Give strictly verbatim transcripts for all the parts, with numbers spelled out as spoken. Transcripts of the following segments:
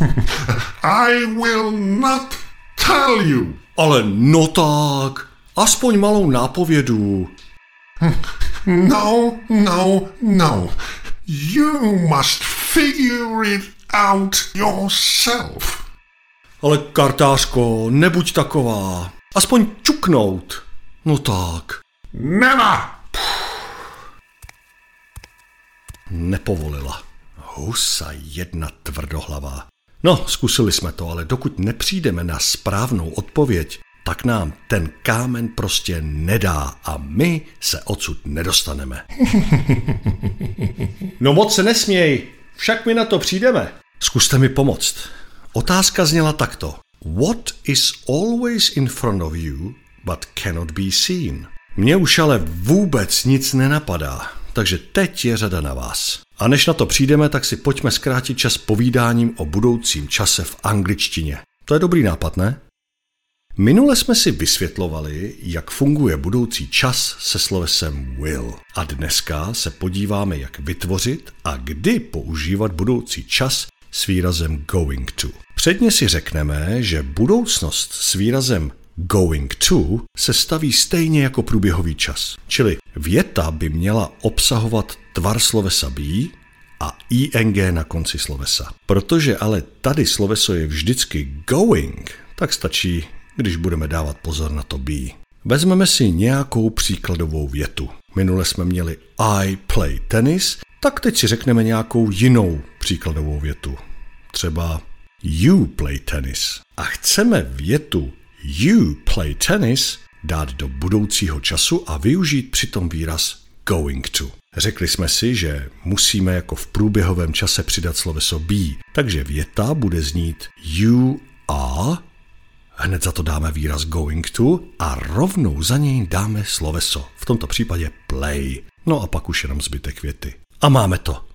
I will not tell you. Ale no tak, aspoň malou nápovědu. No, no, no. You must figure it out yourself. Ale kartářko, nebuď taková. Aspoň čuknout. No tak. Never. Nepovolila. Husa jedna tvrdohlavá. No, zkusili jsme to, ale dokud nepřijdeme na správnou odpověď, tak nám ten kámen prostě nedá a my se odsud nedostaneme. No moc se nesměj, však my na to přijdeme. Zkuste mi pomoct. Otázka zněla takto. What is always in front of you, but cannot be seen? Mně už ale vůbec nic nenapadá, takže teď je řada na vás. A než na to přijdeme, tak si pojďme zkrátit čas povídáním o budoucím čase v angličtině. To je dobrý nápad, ne? Minule jsme si vysvětlovali, jak funguje budoucí čas se slovesem will. A dneska se podíváme, jak vytvořit a kdy používat budoucí čas s výrazem going to. Předně si řekneme, že budoucnost s výrazem going to se staví stejně jako průběhový čas. Čili věta by měla obsahovat tvar slovesa be a ing na konci slovesa. Protože ale tady sloveso je vždycky going, tak stačí, když budeme dávat pozor na to be. Vezmeme si nějakou příkladovou větu. Minule jsme měli I play tennis, tak teď si řekneme nějakou jinou příkladovou větu. Třeba you play tennis. A chceme větu you play tennis dát do budoucího času a využít přitom výraz going to. Řekli jsme si, že musíme jako v průběhovém čase přidat sloveso be, takže věta bude znít you are, hned za to dáme výraz going to a rovnou za něj dáme sloveso, v tomto případě play. No a pak už jenom zbytek věty. A máme to.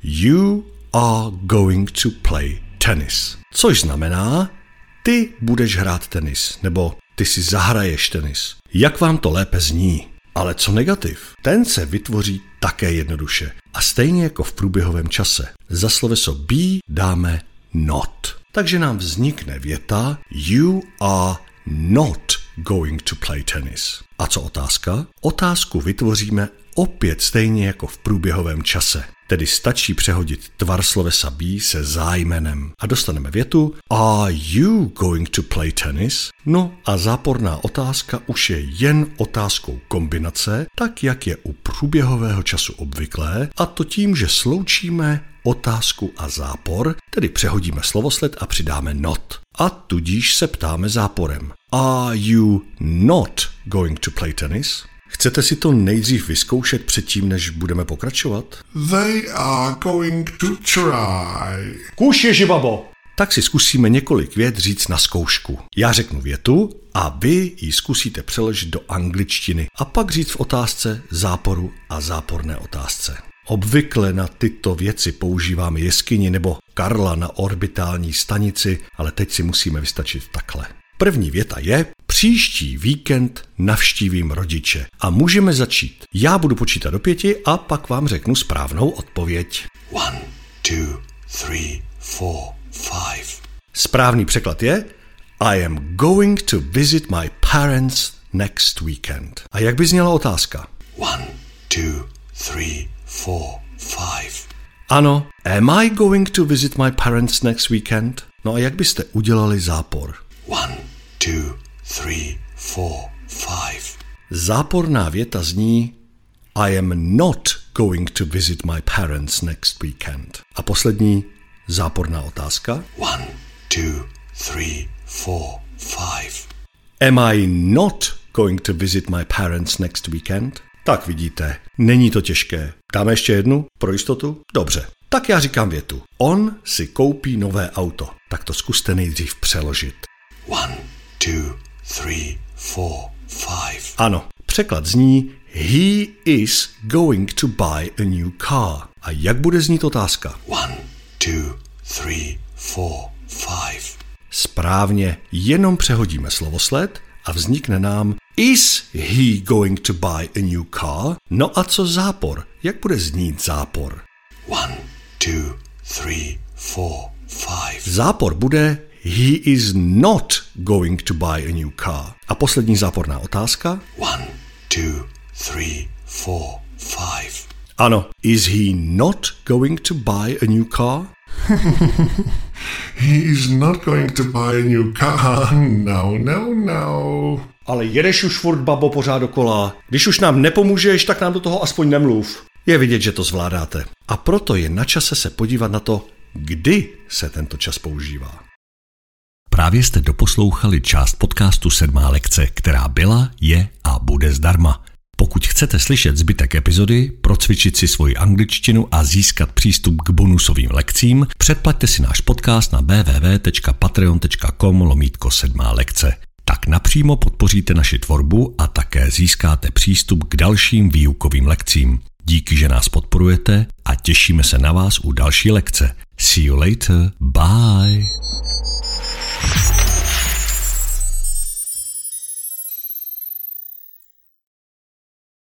You are going to play tennis. Což znamená, ty budeš hrát tenis, nebo ty si zahraješ tenis. Jak vám to lépe zní? Ale co negativ? Ten se vytvoří také jednoduše. A stejně jako v průběhovém čase. Za sloveso be dáme not. Takže nám vznikne věta you are not going to play tennis. A co otázka? Otázku vytvoříme opět stejně jako v průběhovém čase. Tedy stačí přehodit tvar slovesa be se zájmenem. A dostaneme větu Are you going to play tennis? No a záporná otázka už je jen otázkou kombinace, tak jak je u průběhového času obvyklé, a to tím, že sloučíme otázku a zápor, tedy přehodíme slovosled a přidáme not. A tudíž se ptáme záporem. Are you not going to play tennis? Chcete si to nejdřív vyzkoušet předtím, než budeme pokračovat? They are going to try. Kuš ježibabo! Tak si zkusíme několik vět říct na zkoušku. Já řeknu větu a vy ji zkusíte přeložit do angličtiny a pak říct v otázce záporu a záporné otázce. Obvykle na tyto věci používáme jeskyni nebo Karla na orbitální stanici, ale teď si musíme vystačit takhle. První věta je, příští víkend navštívím rodiče. A můžeme začít. Já budu počítat do pěti a pak vám řeknu správnou odpověď. One, two, three, four, five. Správný překlad je I am going to visit my parents next weekend. A jak by zněla otázka? One, two, three, four, five. Ano, am I going to visit my parents next weekend? No a jak byste udělali zápor? One, two, three, four, five. Záporná věta zní I am not going to visit my parents next weekend. A poslední záporná otázka. One, two, three, four, five. Am I not going to visit my parents next weekend? Tak vidíte, není to těžké. Dáme ještě jednu pro jistotu? Dobře. Tak já říkám větu. On si koupí nové auto. Tak to zkuste nejdřív přeložit. One, two, three, four, five. Ano, překlad zní He is going to buy a new car. A jak bude znít otázka? One, two, three, four, five. Správně, jenom přehodíme slovosled a vznikne nám Is he going to buy a new car? No a co zápor? Jak bude znít zápor? One, two, three, four, five. Zápor bude he is not going to buy a new car. A poslední záporná otázka. One, two, three, four, five. Ano, is he not going to buy a new car? He is not going to buy a new car. No, no, no. Ale jedeš už furt, babo, pořád dokola. Když už nám nepomůžeš, tak nám do toho aspoň nemluv. Je vidět, že to zvládáte. A proto je na čase se podívat na to, kdy se tento čas používá. Právě jste doposlouchali část podcastu Sedmá lekce, která byla, je a bude zdarma. Pokud chcete slyšet zbytek epizody, procvičit si svoji angličtinu a získat přístup k bonusovým lekcím, předplaťte si náš podcast na www tečka patreon tečka com lomítko sedmá lekce. Tak napřímo podpoříte naši tvorbu a také získáte přístup k dalším výukovým lekcím. Díky, že nás podporujete a těšíme se na vás u další lekce. See you later. Bye.